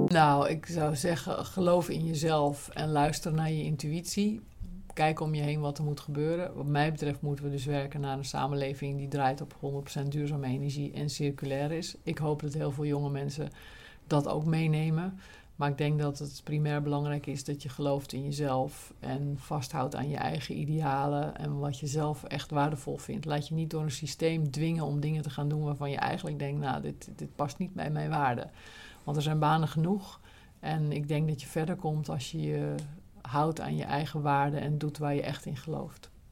Nou, ik zou zeggen, geloof in jezelf en luister naar je intuïtie. Kijk om je heen wat er moet gebeuren. Wat mij betreft moeten we dus werken naar een samenleving die draait op 100% duurzame energie en circulair is. Ik hoop dat heel veel jonge mensen dat ook meenemen. Maar ik denk dat het primair belangrijk is dat je gelooft in jezelf en vasthoudt aan je eigen idealen en wat je zelf echt waardevol vindt. Laat je niet door een systeem dwingen om dingen te gaan doen waarvan je eigenlijk denkt, nou, dit past niet bij mijn waarden. Want er zijn banen genoeg en ik denk dat je verder komt als je je houdt aan je eigen waarden en doet waar je echt in gelooft.